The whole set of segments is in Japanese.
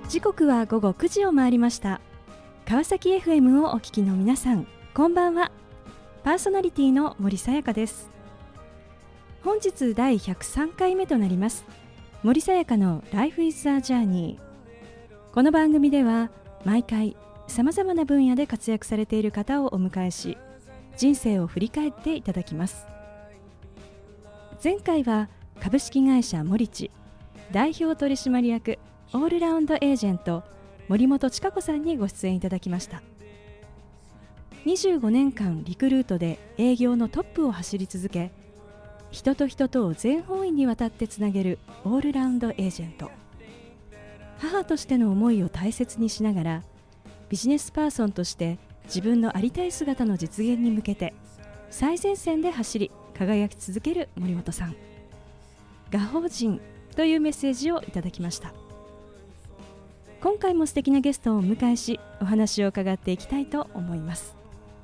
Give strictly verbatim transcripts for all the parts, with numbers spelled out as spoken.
時刻は午後くじを回りました。川崎 エフエム をお聞きの皆さん、こんばんは。パーソナリティの森さやかです。本日だいひゃくさんかいめとなります森さやかの Life is a Journey。 この番組では毎回さまざまな分野で活躍されている方をお迎えし、人生を振り返っていただきます。前回は株式会社モリチ代表取締役オールラウンドエージェント森本千佳子さんにご出演いただきました。にじゅうごねんかんリクルートで営業のトップを走り続け、人と人とを全方位にわたってつなげるオールラウンドエージェント。母としての思いを大切にしながら、ビジネスパーソンとして自分のありたい姿の実現に向けて最前線で走り輝き続ける森本さん。我法人というメッセージをいただきました。今回も素敵なゲストをお迎えし、お話を伺っていきたいと思います。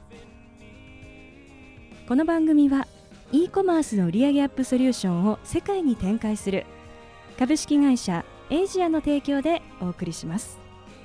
この番組は e コマースの売上アップソリューションを世界に展開する株式会社エイジアの提供でお送りします。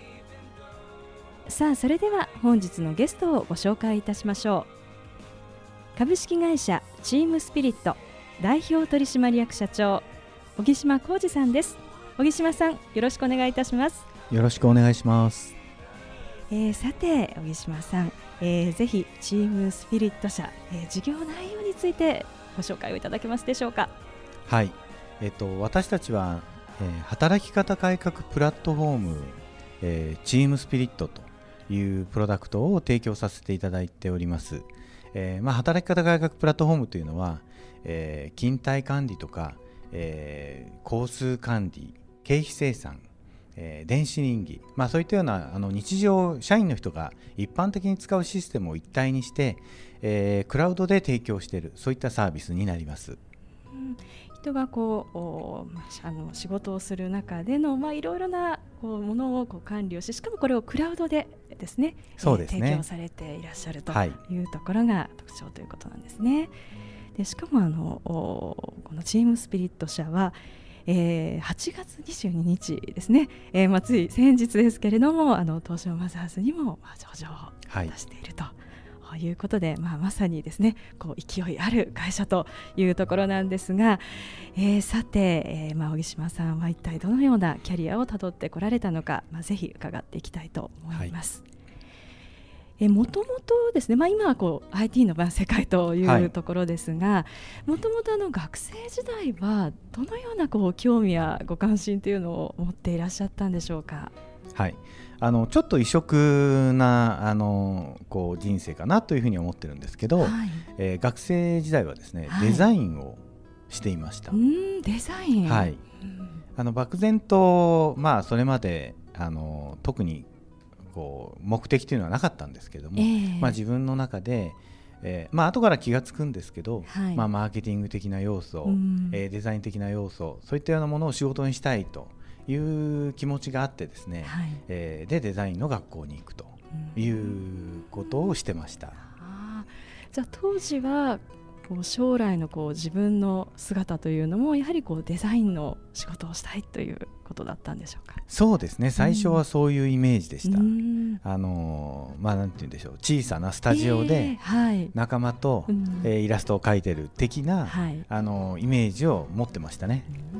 さあ、それでは本日のゲストをご紹介いたしましょう。株式会社チームスピリット代表取締役社長小木島浩二さんです。小木島さん、よろしくお願いいたします。 よろしくお願いします。 えー、さて小木島さん、えー、ぜひチームスピリット社、えー、事業内容についてご紹介をいただけますでしょうか。 はい、えっと、私たちは、えー、働き方改革プラットフォーム、えー、チームスピリットというプロダクトを提供させていただいております。えーまあ、働き方改革プラットフォームというのは、えー、勤怠管理とか、えー、工数管理、経費生産、えー、電子人儀、まあ、そういったようなあの日常社員の人が一般的に使うシステムを一体にして、えー、クラウドで提供している、そういったサービスになります。 うん、人がこうあの仕事をする中での、まあ、いろいろなこうものをこう管理をし、しかもこれをクラウドでですね、 そうですね、 えー、提供されていらっしゃるというところが特徴ということなんですね。でしかもあのこのチームスピリット社は、えー、はちがつにじゅうににちですね、えーまあ、つい先日ですけれども、あの東証マザーズにも、まあ、上場を出していると、はい、いうことで、まあ、まさにですね、こう勢いある会社というところなんですが、えー、さて、えーまあ、小木島さんは一体どのようなキャリアをたどってこられたのか、まあ、ぜひ伺っていきたいと思います。はい、えもともとですね、まあ、今はこう アイティー の世界というところですが、もともと学生時代はどのようなこう興味やご関心というのを持っていらっしゃったんでしょうか。 はい、あのちょっと異色なあのこう人生かなというふうに思ってるんですけど、はい、えー、学生時代はですね、はい、デザインをしていました。 うん、デザイン、 はい、うん、あの漠然と、まあ、それまであの特にこう目的というのはなかったんですけども、えーまあ、自分の中で、えーまあ後から気がつくんですけど、はい、まあ、マーケティング的な要素、うん、えー、デザイン的な要素、そういったようなものを仕事にしたいという気持ちがあってですね、はい、えー、でデザインの学校に行くということをしてました。 あ、じゃあ当時はこう将来のこう自分の姿というのもやはりこうデザインの仕事をしたいということだったんでしょうか。 そうですね、最初はそういうイメージでした。うん、あのまあ、なんて言うんでしょう、小さなスタジオで仲間と、えーはい、えー、イラストを描いてる的な、はい、あのイメージを持ってましたね。 うん、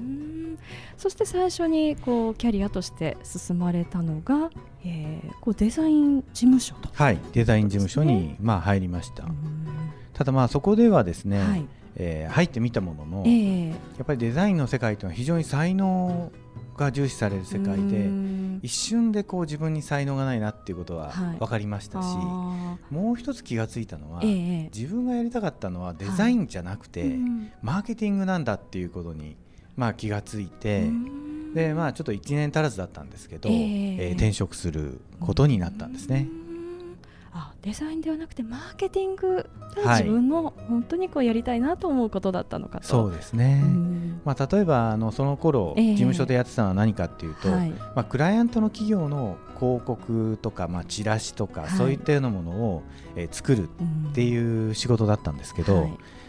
そして最初にこうキャリアとして進まれたのが、えー、こうデザイン事務所と、 はい、デザイン事務所に、まあ、入りました。うん、ただまあそこではですね、はい、えー、入ってみたものの、えー、やっぱりデザインの世界というのは非常に才能が重視される世界で、一瞬でこう自分に才能がないなっていうことは分かりましたし、はい、もう一つ気がついたのは、えー、自分がやりたかったのはデザインじゃなくて、はい、マーケティングなんだっていうことに、まあ、気がついて、で、まあ、ちょっといちねん足らずだったんですけど、えーえー、転職することになったんですね。 あ、デザインではなくてマーケティングが自分の本当にこうやりたいなと思うことだったのかと。 そうですね、うん、まあ、例えばあのその頃、えー、事務所でやってたのは何かっていうと、はい、まあ、クライアントの企業の広告とか、まあ、チラシとか、はい、そういったようなものを、えー、作るっていう仕事だったんですけど、はい、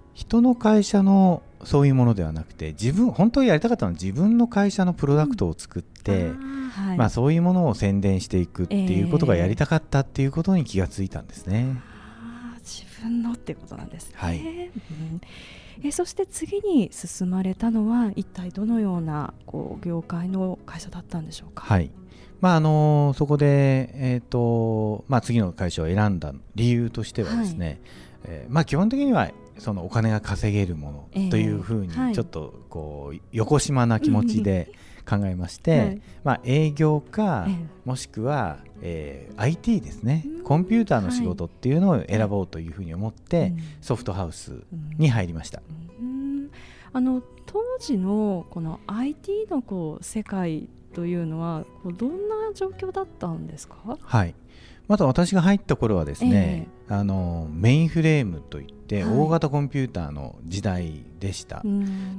人の会社のそういうものではなくて、自分本当にやりたかったのは自分の会社のプロダクトを作って、うんあ、はいまあ、そういうものを宣伝していくっていうことがやりたかったっていうことに気がついたんですね、えー、 あ自分のっていうことなんですね、 はいうんえそして次に進まれたのは一体どのようなこう業界の会社だったんでしょうか。 はいまああのー、そこで、えーとまあ、次の会社を選んだ理由としてはですね、はいえーまあ、基本的にはそのお金が稼げるものというふうにちょっとこう横島な気持ちで考えまして、はいまあ、営業か、えー、もしくは、えー、アイティー ですね、コンピューターの仕事っていうのを選ぼうというふうに思って、はい、ソフトハウスに入りました、 うんうん、あの当時のこの アイティー のこう世界というのはこうどんな状況だったんですか。 はいまた私が入った頃はですね、えー、あのメインフレームといって大型コンピューターの時代でした、はい、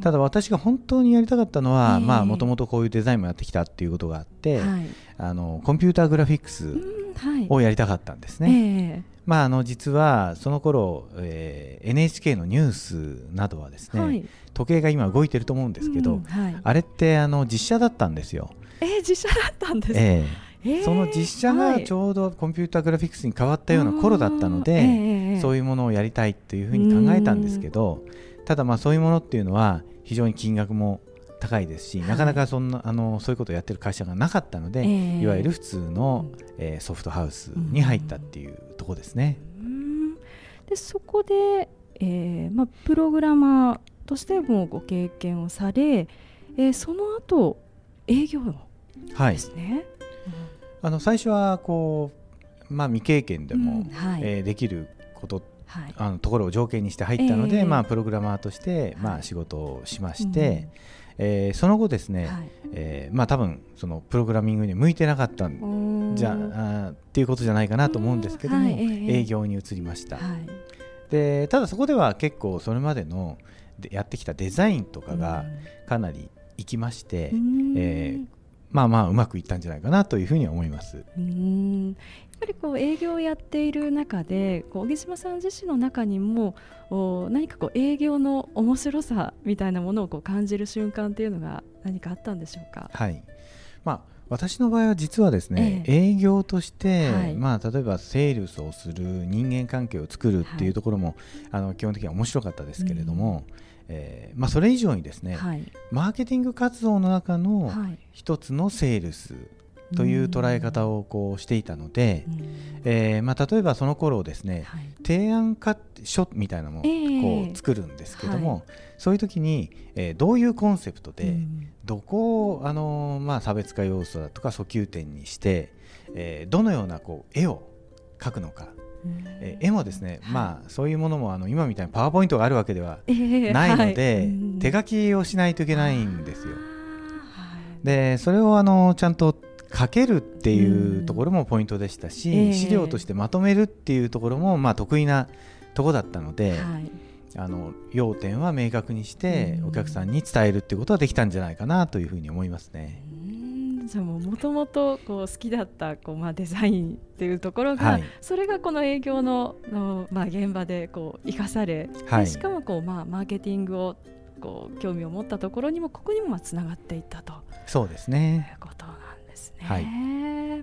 ただ私が本当にやりたかったのはもともとこういうデザインもやってきたっていうことがあって、はい、あのコンピューターグラフィックスをやりたかったんですね、はいえーまあ、あの実はその頃、えー、エヌエイチケー のニュースなどはですね、はい、時計が今動いてると思うんですけど、うんはい、あれってあの実写だったんですよ。 えー、実写だったんですか、 えーえー、その実写がちょうどコンピューターグラフィックスに変わったような頃だったので、はいえー、そういうものをやりたいというふうに考えたんですけど、ただまあそういうものっていうのは非常に金額も高いですし、はい、なかなかそんなあのそういうことをやってる会社がなかったので、えー、いわゆる普通の、えー、ソフトハウスに入ったっていうところですね。 うんでそこで、えーまあ、プログラマーとしてもご経験をされ、えー、その後営業ですね、はいあの最初はこう、まあ、未経験でも、うんはいえー、できること、はい、あのところを条件にして入ったので、えーまあ、プログラマーとして、まあ、仕事をしまして、はいえー、その後ですね、はいえーまあ、多分そのプログラミングに向いてなかったんじゃあっていうことじゃないかなと思うんですけども、はいえー、営業に移りました、はい、でただそこでは結構それまでのでやってきたデザインとかがかなり生きまして、えーまあまあうまくいったんじゃないかなというふうに思います。 うーんやっぱりこう営業をやっている中でこう荻島さん自身の中にも何かこう営業の面白さみたいなものをこう感じる瞬間っていうのが何かあったんでしょうか。 はいまあ私の場合は実はですね、ええ、営業として、はいまあ、例えばセールスをする人間関係を作るっていうところも、はい、あの基本的には面白かったですけれども、うんえーまあ、それ以上にですね、はい、マーケティング活動の中の一つのセールスという捉え方をこうしていたので、えーまあ、例えばその頃ですね、はい、提案書みたいなものをこう作るんですけども、えーはい、そういう時に、えー、どういうコンセプトでどこをあの、まあ、差別化要素だとか訴求点にして、えー、どのようなこう絵を描くのかえー、絵もですね、はいまあ、そういうものもあの今みたいにパワーポイントがあるわけではないので、えーはい、手書きをしないといけないんですよ。でそれをあのちゃんと書けるっていうところもポイントでしたし、えー、資料としてまとめるっていうところもまあ得意なところだったので、はい、あの要点は明確にしてお客さんに伝えるっていうことはできたんじゃないかなというふうに思いますね。 じゃあもともと好きだったこう、まあ、デザインっていうところが、はい、それがこの営業 の, の、まあ、現場でこう生かされ、はい、しかもこう、まあ、マーケティングをこう興味を持ったところにもここにもつながっていったとそうですねいうことなんですね、 はいうん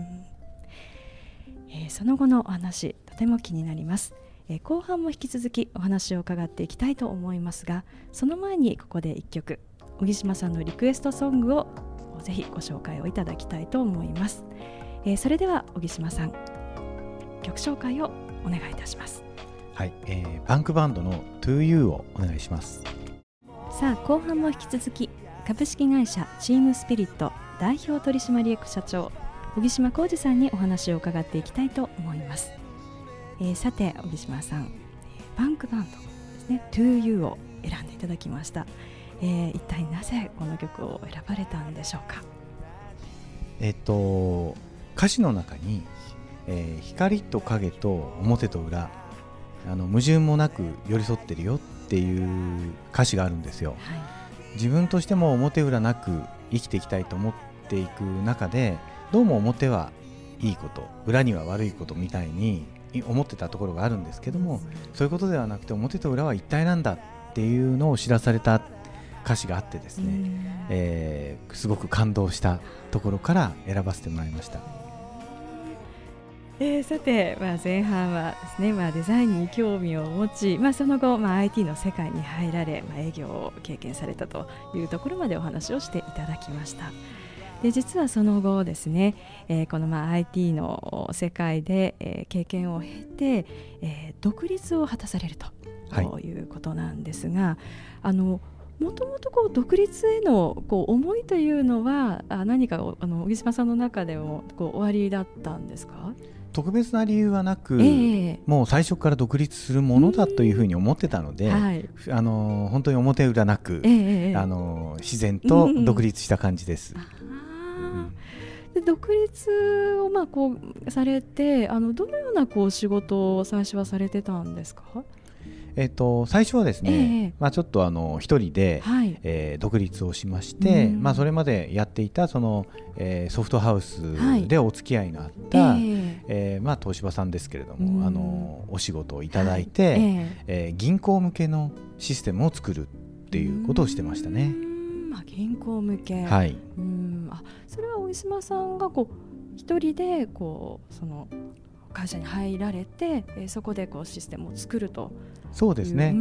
えー、その後のお話とても気になります、えー、後半も引き続きお話を伺っていきたいと思いますが、その前にここでいっきょく荻島さんのリクエストソングをぜひご紹介をいただきたいと思います、えー、それでは荻島さん曲紹介をお願いいたします。 はい、えー、パンクバンドの トゥーユー をお願いします。 さあ後半も引き続き株式会社チームスピリット代表取締役社長荻島浩二さんにお話を伺っていきたいと思います、えー、さて荻島さんパンクバンドですね トゥーユー を選んでいただきました。えー、一体なぜこの曲を選ばれたんでしょうか。 えっと歌詞の中に、えー、光と影と表と裏あの矛盾もなく寄り添ってるよっていう歌詞があるんですよ、はい、自分としても表裏なく生きていきたいと思っていく中でどうも表はいいこと裏には悪いことみたいに思ってたところがあるんですけども、そういうことではなくて表と裏は一体なんだっていうのを知らされた歌詞があってですね、えー、すごく感動したところから選ばせてもらいました。 えー、さて、まあ、前半はですね、まあ、デザインに興味を持ち、まあ、その後、まあ、アイティー の世界に入られ、まあ、営業を経験されたというところまでお話をしていただきました。で実はその後ですね、えー、このまあ アイティー の世界で、えー、経験を経て、えー、独立を果たされると、はい、いうことなんですが、あのもともとこう独立へのこう思いというのはあ何かあの小木島さんの中でもこうおありだったんですか？ 特別な理由はなく、えー、 もう最初から独立するものだというふうに思ってたので、はい、あの本当に表裏なく、えー、あの自然と独立した感じです。 で独立をまあこうされて、あのどのようなこう仕事を最初はされてたんですか？ えー、と最初はですね、えーまあ、ちょっとあの一人で、はいえー、独立をしまして、まあ、それまでやっていたその、えー、ソフトハウスでお付き合いのあった、はいえーえーまあ、東芝さんですけれども、あのお仕事をいただいて、はいえーえー、銀行向けのシステムを作るっていうことをしてましたね。 まあ、銀行向け、 はい、 うんあそれは大島さんがこう一人でこうその会社に入られて、えー、そこでこうシステムを作ると。 そうですね、うん、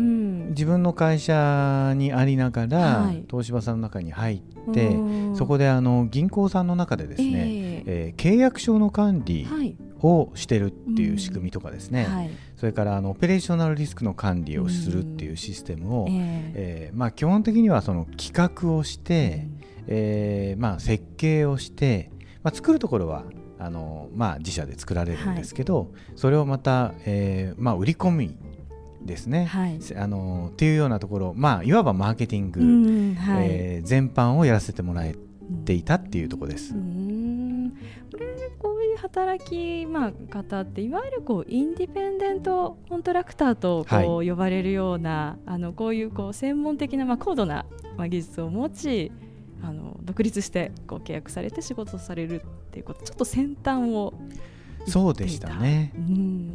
自分の会社にありながら、はい、東芝さんの中に入ってそこであの銀行さんの中でですね、えーえー、契約書の管理をしてるっていう仕組みとかですね、はい、それからあのオペレーショナルリスクの管理をするっていうシステムを、えーえーまあ、基本的にはその企画をして、えーまあ、設計をして、まあ、作るところはあの、まあ、自社で作られるんですけど、はい、それをまた、えーまあ、売り込みですね、はい、あのっていうようなところ、まあ、いわばマーケティング、うんはいえー、全般をやらせてもらえていたっていうところです。 うんこれこういう働き、まあ、方っていわゆるこうインディペンデントコントラクターとこう、はい、呼ばれるようなあのこういう、こう専門的な、まあ、高度な、まあ、技術を持ちあの独立してこう契約されて仕事をされるっていうこと、ちょっと先端をそうでしたね、うん、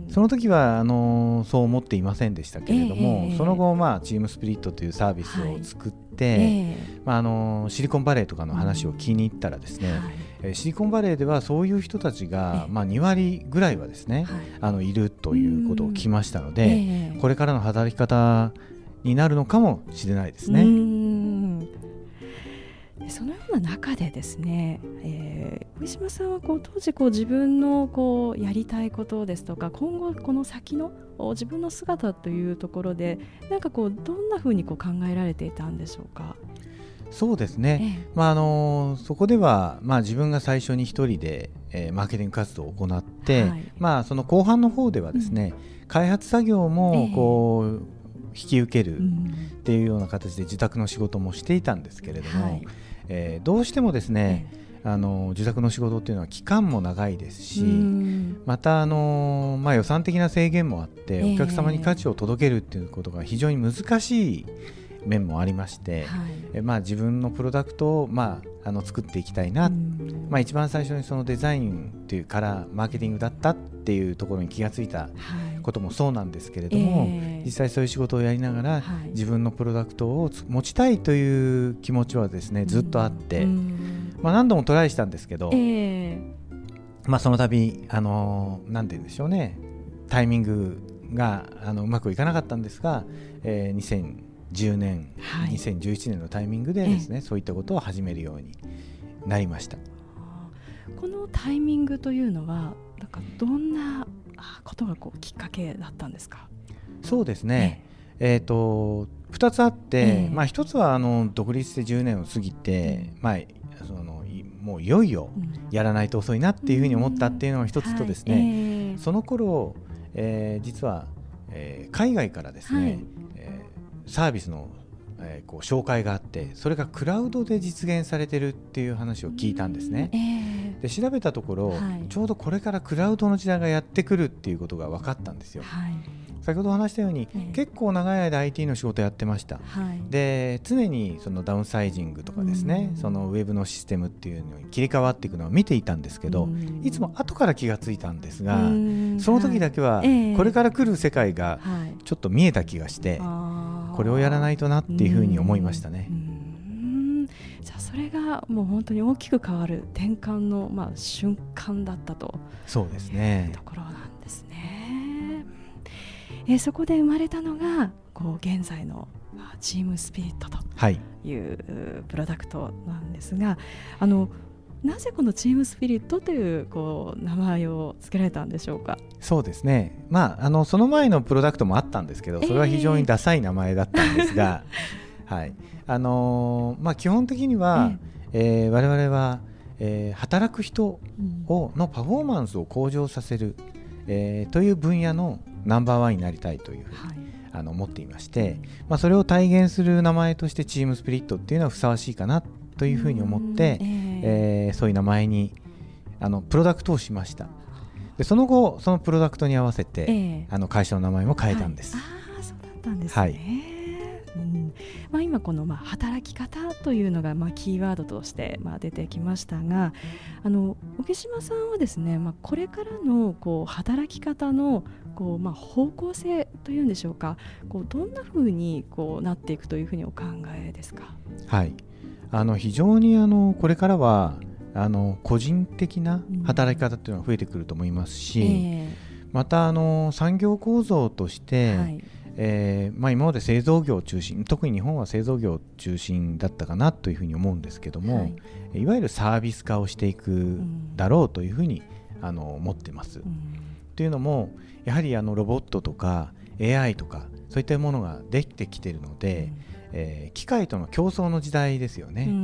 その時はあのそう思っていませんでしたけれども、えー、その後、まあ、チームスプリットというサービスを作って、はいえーまあ、あのシリコンバレーとかの話を聞きに行ったらですね、うんはい、シリコンバレーではそういう人たちが、えーまあ、に割ぐらいはですね、はい、あのいるということを聞きましたので、えー、これからの働き方になるのかもしれないですね。 うんそのような中でですね、えー、上島さんはこう当時こう自分のこうやりたいことですとか今後この先の自分の姿というところでなんかこうどんなふうにこう考えられていたんでしょうか？ そうですね、ええまあ、あのそこでは、まあ、自分が最初に一人で、えー、マーケティング活動を行って、はいまあ、その後半の方ではですね、うん、開発作業もこう、ええ引き受けるっていうような形で自宅の仕事もしていたんですけれども、はいえー、どうしてもですね、えー、あの自宅の仕事っていうのは期間も長いですし、またあの、まあ、予算的な制限もあってお客様に価値を届けるっていうことが非常に難しい面もありまして、はいえまあ、自分のプロダクトを、まあ、あの作っていきたいな、まあ、一番最初にそのデザインっていうからマーケティングだったっていうところに気がついたこともそうなんですけれども、はいえー、実際そういう仕事をやりながら、はい、自分のプロダクトを持ちたいという気持ちはですねずっとあって、まあ、何度もトライしたんですけど、えーまあ、その度あのなんて言うんでしょうねタイミングがあのうまくいかなかったんですが、えー、にせんじゅうねん、はい、にせんじゅういちねんのタイミングでですね、そういったことを始めるようになりました。 このタイミングというのはなんかどんなことがこうきっかけだったんですか？ そうですね、えー、とふたつあって、えーまあ、ひとつはあの独立してじゅうねんを過ぎて、うんまあ、そのもういよいよやらないと遅いなっていうふうに思ったっていうのがひとつとですね、はいえー、その頃、えー、実は、えー、海外からですね、はいえー、サービスの、えー、こう紹介があってそれがクラウドで実現されてるっていう話を聞いたんですね、えー、で調べたところ、はい、ちょうどこれからクラウドの時代がやってくるっていうことが分かったんですよ、はい、 先ほど話したように、えー、結構長い間 アイティー の仕事やってました、はい、で常にそのダウンサイジングとかですね、そのウェブのシステムっていうのに切り替わっていくのを見ていたんですけど、いつも後から気がついたんですが、その時だけはこれから来る世界がちょっと見えた気がして、はい、これをやらないとなっていうふうに思いましたね。 じゃあそれがもう本当に大きく変わる転換のまあ瞬間だったと。 そうですね、 ところなんですね。えー、そこで生まれたのがこう現在のチームスピリットというプロダクトなんですが、はい、あのなぜこのチームスピリットという、こう名前を付けられたんでしょうか。 そうですね、まあ、あのその前のプロダクトもあったんですけど、それは非常にダサい名前だったんですが、えーはい、あのーまあ、基本的には、えーえー、我々は、えー、働く人をのパフォーマンスを向上させる、えー、という分野のナンバーワンになりたいというふうに、はい、あの思っていまして、まあ、それを体現する名前としてチームスピリットっていうのはふさわしいかなというふうに思って、えーえー、そういう名前にあのプロダクトをしました。でその後そのプロダクトに合わせて、えー、あの会社の名前も変えたんです、 はい、あそうだったんですね、はい、うんまあ、今このまあ働き方というのがまあキーワードとしてまあ出てきましたが、あの荻島さんはですね、まあ、これからのこう働き方のこうまあ方向性というんでしょうか、こうどんなふうにこうなっていくというふうにお考えですか。 はい、あの非常にあのこれからはあの個人的な働き方というのが増えてくると思いますし、うんえー、またあの産業構造として、はいえーまあ、今まで製造業を中心、特に日本は製造業中心だったかなというふうに思うんですけども、はい、いわゆるサービス化をしていくだろうというふうに、うん、あの思ってます、うん、というのもやはりあのロボットとか エーアイ とかそういったものができてきているので、うんえー、機械との競争の時代ですよね、うん、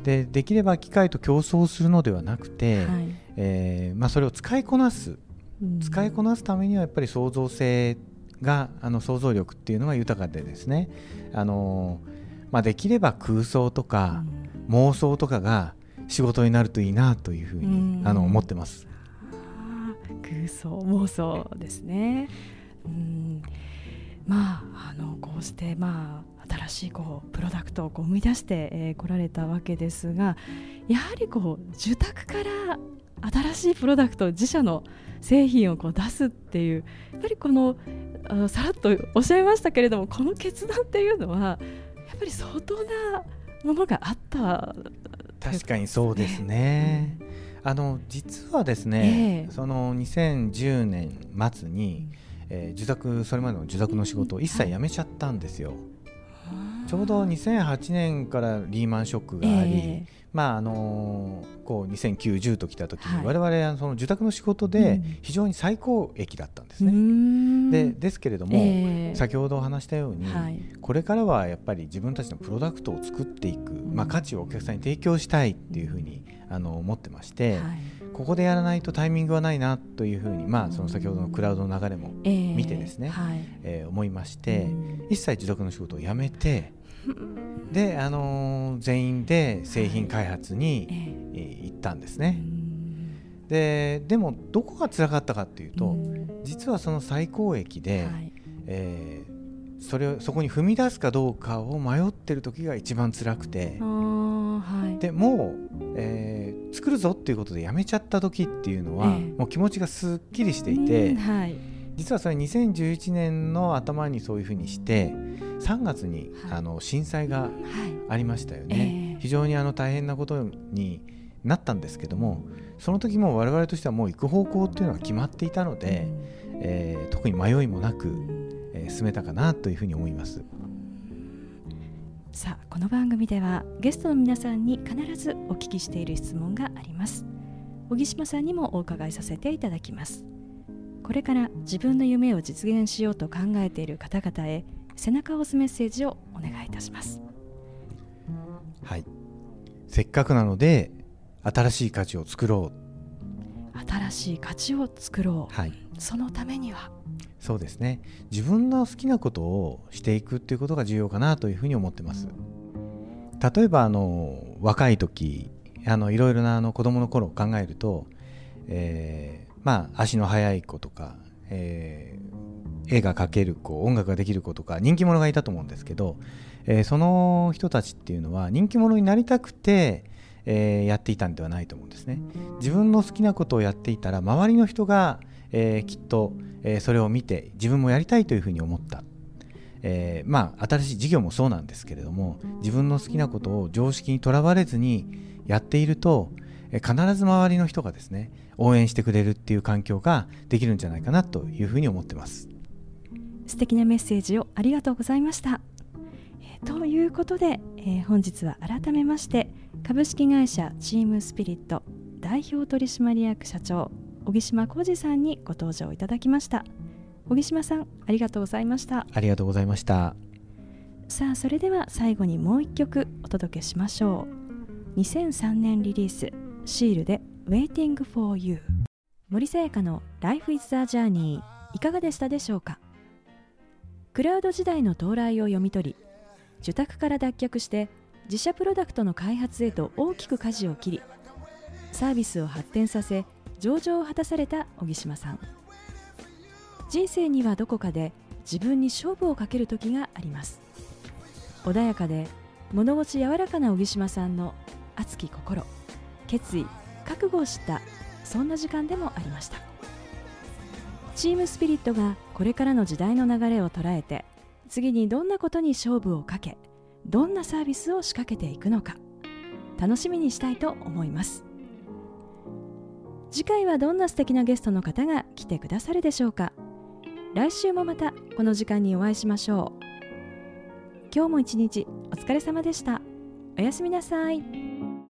で, できれば機械と競争するのではなくて、はいえーまあ、それを使いこなす、うん、使いこなすためにはやっぱり創造性があの想像力っていうのが豊かでですね、あのーまあ、できれば空想とか、うん、妄想とかが仕事になるといいなというふうに、うん、あの思ってます。 あ空想妄想ですね、うん、まああのこうしてまあ新しいこうプロダクトをこう生み出してこ、えー、られたわけですが、やはりこう受託から新しいプロダクト自社の製品をこう出すっていう、やっぱりこのあのさらっとおっしゃいましたけれども、この決断っていうのはやっぱり相当なものがあった。 確かにそうですね、うん、あの実はですね、えー、そのにせんじゅうねん末に、えー、受託それまでの受託の仕事を一切辞めちゃったんですよ、はい、ちょうどにせんはちねんからリーマンショックがあり、えーまああのー、こうにせんきゅう、じゅうと来た時に、はい、我々はその受託の仕事で非常に最高益だったんですね、うん、で, ですけれども、えー、先ほどお話したように、はい、これからはやっぱり自分たちのプロダクトを作っていく、まあ、価値をお客さんに提供したいっていうふうにあの思ってまして、はい、ここでやらないとタイミングはないなというふうに、まあ、その先ほどのクラウドの流れも見てですね、えーはいえー、思いまして、一切受託の仕事をやめてで、あのー、全員で製品開発に、はいえー、行ったんですね。で, でもどこが辛かったかっていうと、実はその最高益で、はいえー、それをそこに踏み出すかどうかを迷ってる時が一番辛くて、はい、でもう、えー、作るぞっていうことでやめちゃった時っていうのは、えー、もう気持ちがすっきりしていて、はい実はそれにせんじゅういちねんの頭にそういうふうにしてさんがつに、はい、あの震災がありましたよね、はいえー、非常にあの大変なことになったんですけども、その時も我々としてはもう行く方向っていうのは決まっていたので、うんえー、特に迷いもなく、えー、進めたかなというふうに思います。 さあこの番組ではゲストの皆さんに必ずお聞きしている質問があります。荻島さんにもお伺いさせていただきます。これから自分の夢を実現しようと考えている方々へ背中を押すメッセージをお願いいたします。 はい、せっかくなので新しい価値を作ろう。新しい価値を作ろう、はい、そのためにはそうですね、自分の好きなことをしていくっていうことが重要かなというふうに思ってます。例えばあの若い時あのいろいろなあの子供の頃を考えると、えーまあ、足の速い子とか、 えー、絵が描ける子、音楽ができる子とか人気者がいたと思うんですけど、えー、その人たちっていうのは人気者になりたくて、えー、やっていたんではないと思うんですね。自分の好きなことをやっていたら周りの人が、えー、きっと、えー、それを見て自分もやりたいというふうに思った。えー、まあ新しい事業もそうなんですけれども、自分の好きなことを常識にとらわれずにやっていると、えー、必ず周りの人がですね応援してくれるっていう環境ができるんじゃないかなというふうに思ってます。 素敵なメッセージをありがとうございました。えー、ということで、えー、本日は改めまして株式会社チームスピリット代表取締役社長小木島浩二さんにご登場いただきました。小木島さん、ありがとうございました。 ありがとうございました。 さあ、それでは最後にもう一曲お届けしましょう。にせんさんねんリリース、シールで Waiting for You。 森さやかの Life is a Journey、 いかがでしたでしょうか。クラウド時代の到来を読み取り、受託から脱却して自社プロダクトの開発へと大きく舵を切り、サービスを発展させ上場を果たされた小木島さん。人生にはどこかで自分に勝負をかける時があります。穏やかで物腰柔らかな小木島さんの熱き心、決意、覚悟を知ったそんな時間でもありました。チームスピリットがこれからの時代の流れを捉えて、次にどんなことに勝負をかけ、どんなサービスを仕掛けていくのか楽しみにしたいと思います。次回はどんな素敵なゲストの方が来てくださるでしょうか。来週もまたこの時間にお会いしましょう。今日も一日お疲れ様でした。おやすみなさい。